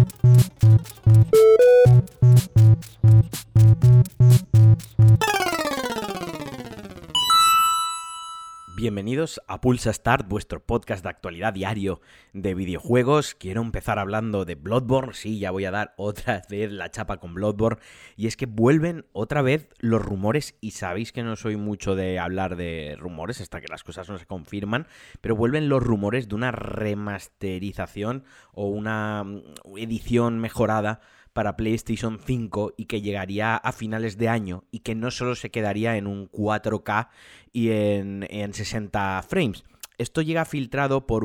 Bienvenidos a Pulsa Start, vuestro podcast de actualidad diario de videojuegos. Quiero empezar hablando de Bloodborne. Sí, ya voy a dar otra vez la chapa con Bloodborne. Y es que vuelven otra vez los rumores, y sabéis que no soy mucho de hablar de rumores hasta que las cosas no se confirman, pero vuelven los rumores de una remasterización o una edición mejorada para PlayStation 5 y que llegaría a finales de año y que no solo se quedaría en un 4K y en 60 frames. Esto llega filtrado por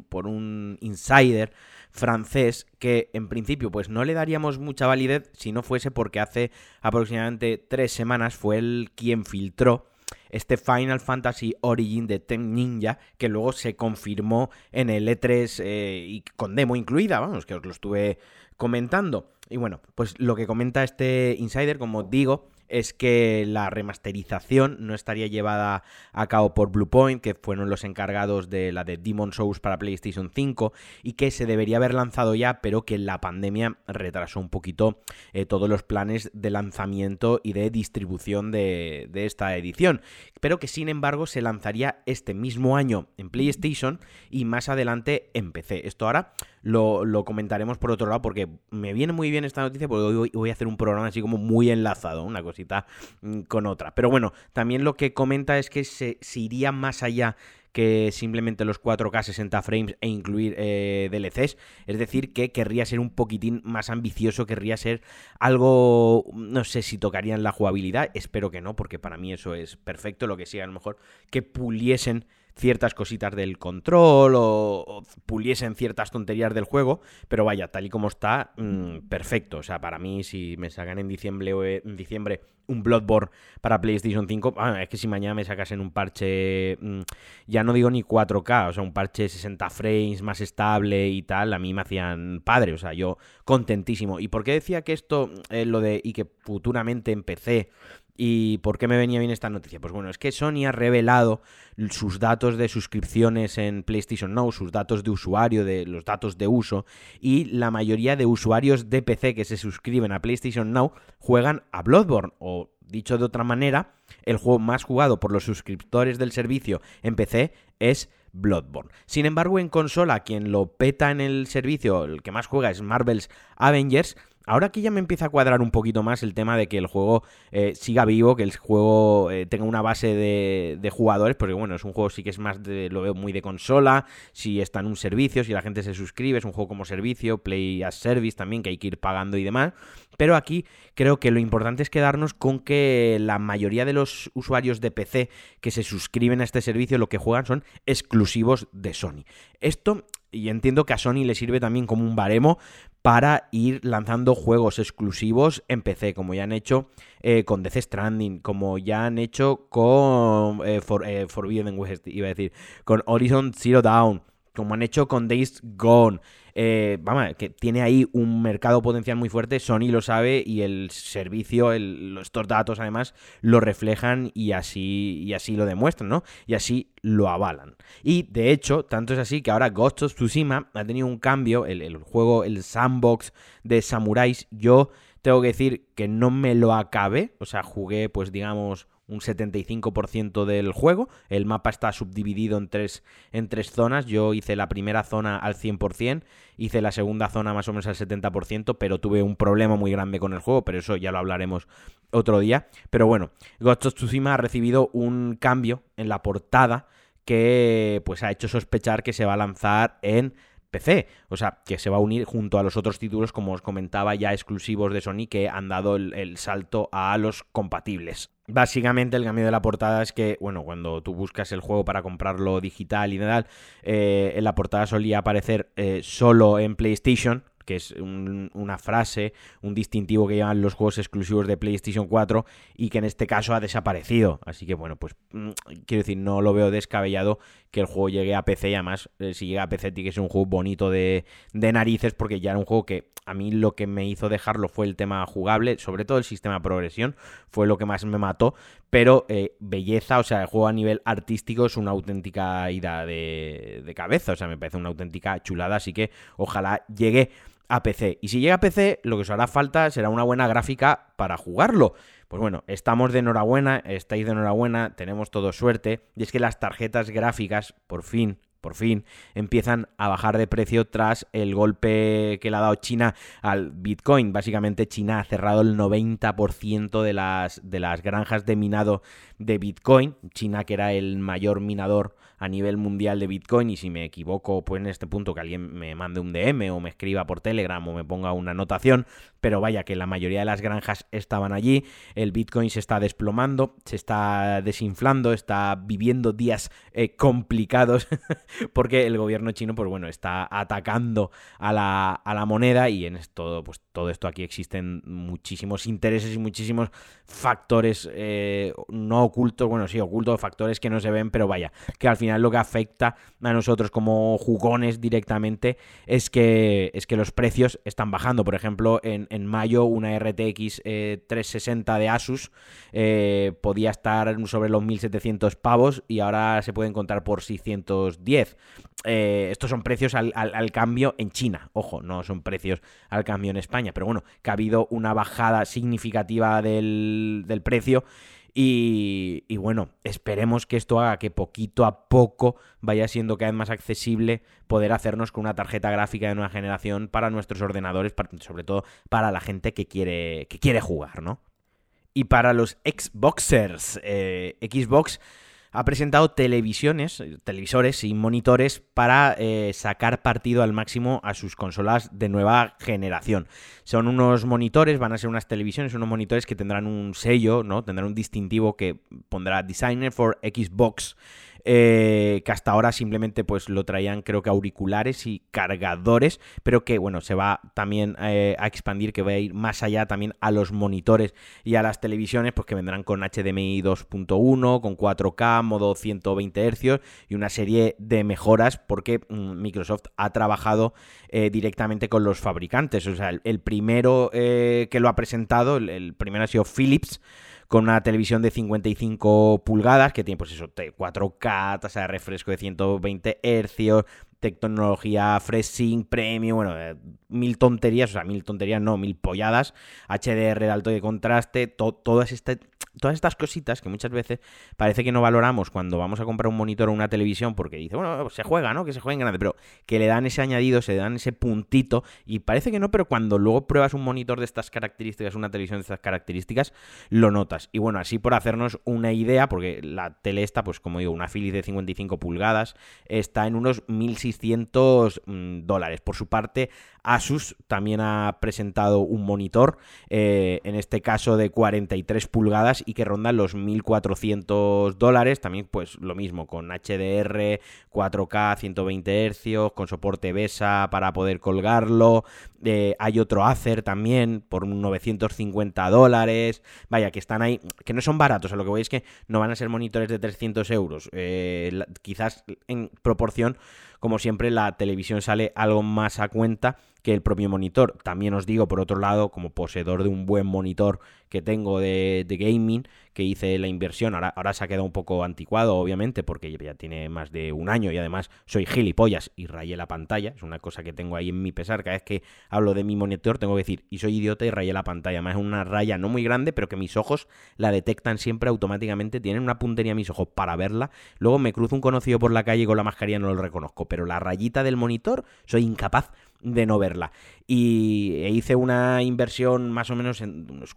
un insider francés que en principio pues no le daríamos mucha validez si no fuese porque hace aproximadamente 3 semanas fue él quien filtró este Final Fantasy Origin de Team Ninja, que luego se confirmó en el E3 y con demo incluida, vamos, que os lo estuve comentando. Y bueno, pues lo que comenta este insider, como digo, es que la remasterización no estaría llevada a cabo por Bluepoint, que fueron los encargados de la de Demon's Souls para PlayStation 5, y que se debería haber lanzado ya, pero que la pandemia retrasó un poquito todos los planes de lanzamiento y de distribución de esta edición, pero que sin embargo se lanzaría este mismo año en PlayStation y más adelante en PC. Esto ahora lo comentaremos por otro lado porque me viene muy bien esta noticia porque hoy voy a hacer un programa así como muy enlazado, una cosita con otra. Pero bueno, también lo que comenta es que se iría más allá que simplemente los 4K 60 frames e incluir DLCs, es decir, que querría ser un poquitín más ambicioso, querría ser algo, no sé si tocarían la jugabilidad, espero que no, porque para mí eso es perfecto, lo que sí, a lo mejor que puliesen ciertas cositas del control o puliesen ciertas tonterías del juego, pero vaya, tal y como está, perfecto. O sea, para mí, si me sacan en diciembre un Bloodborne para PlayStation 5, es que si mañana me sacasen un parche, ya no digo ni 4K, o sea, un parche 60 frames más estable y tal, a mí me hacían padre, o sea, yo contentísimo. ¿Y por qué decía que esto, y que futuramente empecé? ¿Y por qué me venía bien esta noticia? Pues bueno, es que Sony ha revelado sus datos de suscripciones en PlayStation Now, sus datos de usuario, los datos de uso, y la mayoría de usuarios de PC que se suscriben a PlayStation Now juegan a Bloodborne, o dicho de otra manera, el juego más jugado por los suscriptores del servicio en PC es Bloodborne. Sin embargo, en consola, quien lo peta en el servicio, el que más juega es Marvel's Avengers. Ahora aquí ya me empieza a cuadrar un poquito más el tema de que el juego siga vivo, que el juego tenga una base de jugadores, porque bueno, es un juego sí que es más lo veo muy de consola, si está en un servicio, si la gente se suscribe, es un juego como servicio, Play as Service también, que hay que ir pagando y demás, pero aquí creo que lo importante es quedarnos con que la mayoría de los usuarios de PC que se suscriben a este servicio lo que juegan son exclusivos de Sony. Esto, y entiendo que a Sony le sirve también como un baremo para ir lanzando juegos exclusivos en PC, como ya han hecho con Death Stranding, como ya han hecho con Forbidden West, iba a decir, con Horizon Zero Dawn, como han hecho con Days Gone. Vamos, que tiene ahí un mercado potencial muy fuerte, Sony lo sabe y el servicio, estos datos además lo reflejan y así lo demuestran, ¿no? Y así lo avalan. Y de hecho, tanto es así que ahora Ghost of Tsushima ha tenido un cambio, el juego, el sandbox de samuráis, yo tengo que decir que no me lo acabé, o sea, jugué pues digamos un 75% del juego, el mapa está subdividido en tres zonas, yo hice la primera zona al 100%, hice la segunda zona más o menos al 70%, pero tuve un problema muy grande con el juego, pero eso ya lo hablaremos otro día. Pero bueno, Ghost of Tsushima ha recibido un cambio en la portada que pues ha hecho sospechar que se va a lanzar en PC, o sea, que se va a unir junto a los otros títulos, como os comentaba, ya exclusivos de Sony, que han dado el salto a los compatibles. Básicamente el cambio de la portada es que, bueno, cuando tú buscas el juego para comprarlo digital y tal, en la portada solía aparecer solo en PlayStation, que es una frase, un distintivo que llevan los juegos exclusivos de PlayStation 4 y que en este caso ha desaparecido. Así que bueno, pues quiero decir, no lo veo descabellado que el juego llegue a PC y además si llega a PC tiene que ser un juego bonito de narices, porque ya era un juego que a mí lo que me hizo dejarlo fue el tema jugable, sobre todo el sistema de progresión, fue lo que más me mató, pero belleza, o sea, el juego a nivel artístico es una auténtica ida de cabeza, o sea, me parece una auténtica chulada, así que ojalá llegue a PC. Y si llega a PC, lo que os hará falta será una buena gráfica para jugarlo. Pues bueno, estamos de enhorabuena, estáis de enhorabuena, tenemos todo suerte. Y es que las tarjetas gráficas, por fin, empiezan a bajar de precio tras el golpe que le ha dado China al Bitcoin. Básicamente China ha cerrado el 90% de las granjas de minado de Bitcoin. China, que era el mayor minador a nivel mundial de Bitcoin, y si me equivoco, pues en este punto que alguien me mande un DM o me escriba por Telegram o me ponga una anotación, pero vaya que la mayoría de las granjas estaban allí. El Bitcoin se está desplomando, se está desinflando, está viviendo días complicados porque el gobierno chino, pues bueno, está atacando a la moneda, y en esto, pues todo esto aquí existen muchísimos intereses y muchísimos factores no ocultos, bueno, sí, ocultos, factores que no se ven, pero vaya, que al final lo que afecta a nosotros como jugones directamente es que los precios están bajando. Por ejemplo, en mayo una RTX 360 de Asus podía estar sobre los 1.700 pavos y ahora se puede encontrar por 610. Estos son precios al cambio en China, ojo, no son precios al cambio en España, pero bueno, que ha habido una bajada significativa del precio. Y bueno, esperemos que esto haga que poquito a poco vaya siendo cada vez más accesible poder hacernos con una tarjeta gráfica de nueva generación para nuestros ordenadores, sobre todo para la gente que quiere jugar, ¿no? Y para los Xboxers, Xbox ha presentado televisores y monitores para sacar partido al máximo a sus consolas de nueva generación. Son unos monitores, van a ser unas televisiones, unos monitores que tendrán un sello, ¿no? Tendrán un distintivo que pondrá Designer for Xbox. Que hasta ahora simplemente pues lo traían, creo que auriculares y cargadores, pero que bueno, se va también a expandir, que va a ir más allá también a los monitores y a las televisiones, pues que vendrán con HDMI 2.1, con 4K, modo 120 Hz y una serie de mejoras, porque Microsoft ha trabajado directamente con los fabricantes. O sea, el primero que lo ha presentado, el primero ha sido Philips, con una televisión de 55 pulgadas que tiene pues eso, 4K, tasa de refresco de 120 Hz, tecnología FreshSync, Premium, bueno, mil tonterías, o sea, mil polladas, HDR de alto de contraste, todas estas cositas que muchas veces parece que no valoramos cuando vamos a comprar un monitor o una televisión, porque dice, bueno, se juega, ¿no? Que se juegue en grande, pero que le dan ese añadido, se dan ese puntito, y parece que no, pero cuando luego pruebas un monitor de estas características, una televisión de estas características, lo notas. Y bueno, así por hacernos una idea, porque la tele esta, pues como digo, una Philips de 55 pulgadas, está en unos $1.600. Por su parte, Asus también ha presentado un monitor, en este caso de 43 pulgadas, y que ronda los $1.400. También pues lo mismo, con HDR, 4K, 120 Hz, con soporte VESA para poder colgarlo. Hay otro Acer también por $950. Vaya, que están ahí, que no son baratos. A lo que voy es que no van a ser monitores de 300 euros. Quizás en proporción, como siempre, la televisión sale algo más a cuenta que el propio monitor. También os digo, por otro lado, como poseedor de un buen monitor que tengo de gaming, que hice la inversión, ahora se ha quedado un poco anticuado, obviamente, porque ya tiene más de un año, y además soy gilipollas y rayé la pantalla. Es una cosa que tengo ahí en mi pesar. Cada vez que hablo de mi monitor tengo que decir, y soy idiota y rayé la pantalla. Además es una raya no muy grande, pero que mis ojos la detectan siempre automáticamente, tienen una puntería mis ojos para verla. Luego me cruzo un conocido por la calle con la mascarilla, no lo reconozco, pero la rayita del monitor soy incapaz de no verla. Y hice una inversión más o menos en unos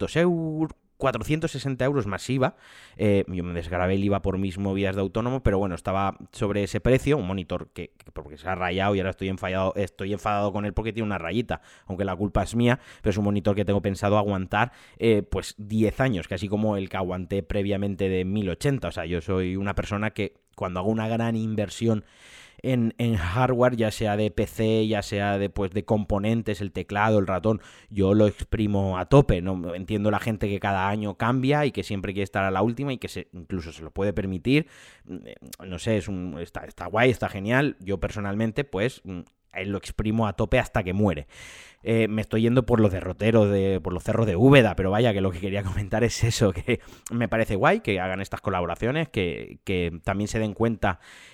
460 euros masiva. Yo me desgrabé el IVA por mis movidas de autónomo, pero bueno, estaba sobre ese precio. Un monitor que porque se ha rayado y ahora estoy enfadado con él porque tiene una rayita, aunque la culpa es mía, pero es un monitor que tengo pensado aguantar pues 10 años, casi como el que aguanté previamente de 1080. O sea, yo soy una persona que cuando hago una gran inversión en hardware, ya sea de PC, ya sea de componentes, el teclado, el ratón, yo lo exprimo a tope. No entiendo la gente que cada año cambia y que siempre quiere estar a la última y que incluso se lo puede permitir. No sé, está guay, está genial. Yo personalmente, pues lo exprimo a tope hasta que muere. Me estoy yendo por los derroteros, por los cerros de Úbeda, pero vaya, que lo que quería comentar es eso, que me parece guay que hagan estas colaboraciones, que también se den cuenta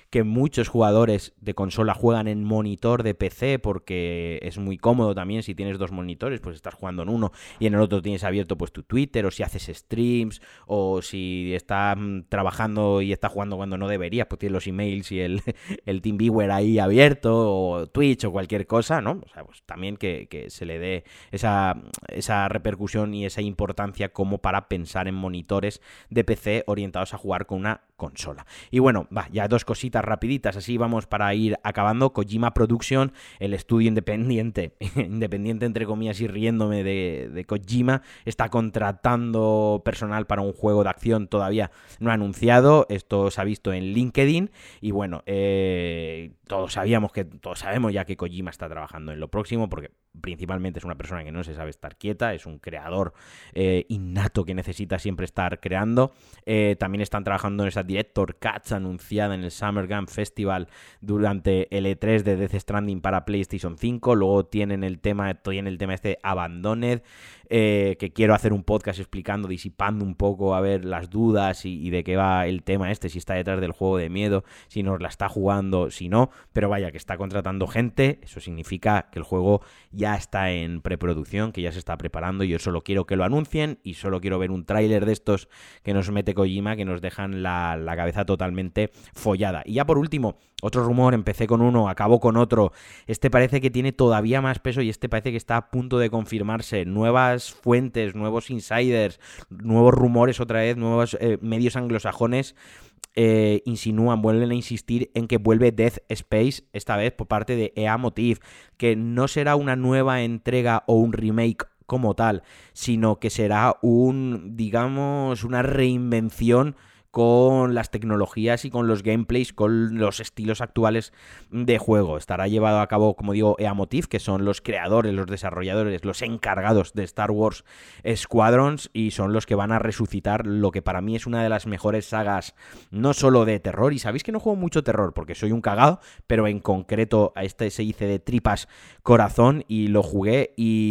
que muchos jugadores de consola juegan en monitor de PC porque es muy cómodo también. Si tienes dos monitores, pues estás jugando en uno y en el otro tienes abierto pues tu Twitter, o si haces streams, o si estás trabajando y estás jugando cuando no deberías, pues tienes los emails y el TeamViewer ahí abierto, o Twitch o cualquier cosa, ¿no? O sea, pues también que se le dé esa repercusión y esa importancia como para pensar en monitores de PC orientados a jugar con una consola. Y bueno, ya dos cositas rapiditas, así vamos para ir acabando. Kojima Production, el estudio independiente entre comillas y riéndome de Kojima, está contratando personal para un juego de acción todavía no anunciado. Esto se ha visto en LinkedIn y bueno, todos sabemos ya que Kojima está trabajando en lo próximo, porque principalmente es una persona que no se sabe estar quieta, es un creador innato que necesita siempre estar creando. También están trabajando en esa Director Cuts anunciada en el Summer Game Festival durante el E3 de Death Stranding para PlayStation 5. Luego tienen el tema este Abandoned, que quiero hacer un podcast explicando, disipando un poco a ver las dudas y de qué va el tema este, si está detrás del juego de miedo, si nos la está jugando, si no, pero vaya, que está contratando gente. Eso significa que el juego ya está en preproducción, que ya se está preparando. Yo solo quiero que lo anuncien y solo quiero ver un tráiler de estos que nos mete Kojima, que nos dejan la cabeza totalmente follada. Y ya por último, otro rumor, empecé con uno, acabo con otro. Este parece que tiene todavía más peso y este parece que está a punto de confirmarse. Nuevas fuentes, nuevos insiders, nuevos rumores otra vez, nuevos medios anglosajones vuelven a insistir en que vuelve Dead Space, esta vez por parte de EA Motive, que no será una nueva entrega o un remake como tal, sino que será una reinvención con las tecnologías y con los gameplays, con los estilos actuales de juego. Estará llevado a cabo, como digo, EA Motive, que son los creadores, los desarrolladores, los encargados de Star Wars Squadrons, y son los que van a resucitar lo que para mí es una de las mejores sagas, no solo de terror, y sabéis que no juego mucho terror porque soy un cagado, pero en concreto a este se hice de tripas corazón y lo jugué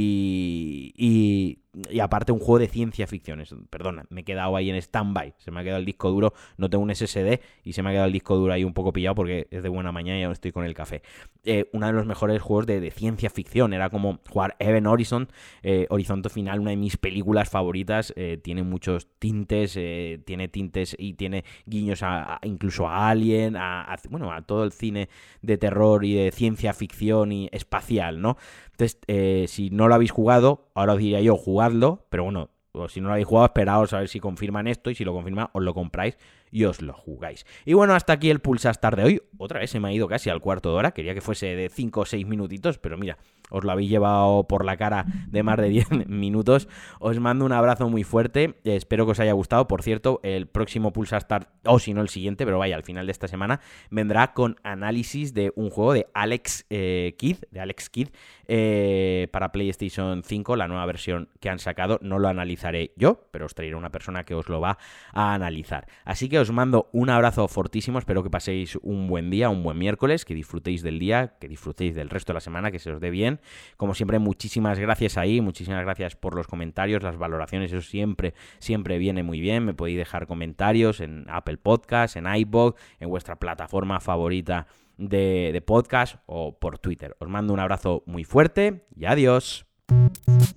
y aparte un juego de ciencia ficción. Perdona, me he quedado ahí en stand-by, se me ha quedado el disco duro, no tengo un SSD y se me ha quedado el disco duro ahí un poco pillado porque es de buena mañana y aún estoy con el café. Uno de los mejores juegos de ciencia ficción, era como jugar Event Horizon, Horizonte Final, una de mis películas favoritas. Tiene muchos tintes, tiene tintes y tiene guiños incluso a Alien, a todo el cine de terror y de ciencia ficción y espacial, ¿no? Entonces, si no lo habéis jugado, ahora os diría yo, jugadlo, pero bueno, o si no lo habéis jugado, esperaos a ver si confirman esto, y si lo confirman, os lo compráis y os lo jugáis. Y bueno, hasta aquí el Pulsastar de hoy. Otra vez se me ha ido casi al cuarto de hora, quería que fuese de 5 o 6 minutitos, pero mira, os lo habéis llevado por la cara de más de 10 minutos. Os mando un abrazo muy fuerte, espero que os haya gustado. Por cierto, el próximo Pulsastar, o si no el siguiente, pero vaya, al final de esta semana, vendrá con análisis de un juego de Alex Kidd, para PlayStation 5, la nueva versión que han sacado. No lo analizaré yo, pero os traeré una persona que os lo va a analizar. Así que os mando un abrazo fortísimo, espero que paséis un buen día, un buen miércoles, que disfrutéis del día, que disfrutéis del resto de la semana, que se os dé bien. Como siempre, muchísimas gracias muchísimas gracias por los comentarios, las valoraciones, eso siempre viene muy bien. Me podéis dejar comentarios en Apple Podcast, en iVoox, en vuestra plataforma favorita de podcast, o por Twitter. Os mando un abrazo muy fuerte y adiós.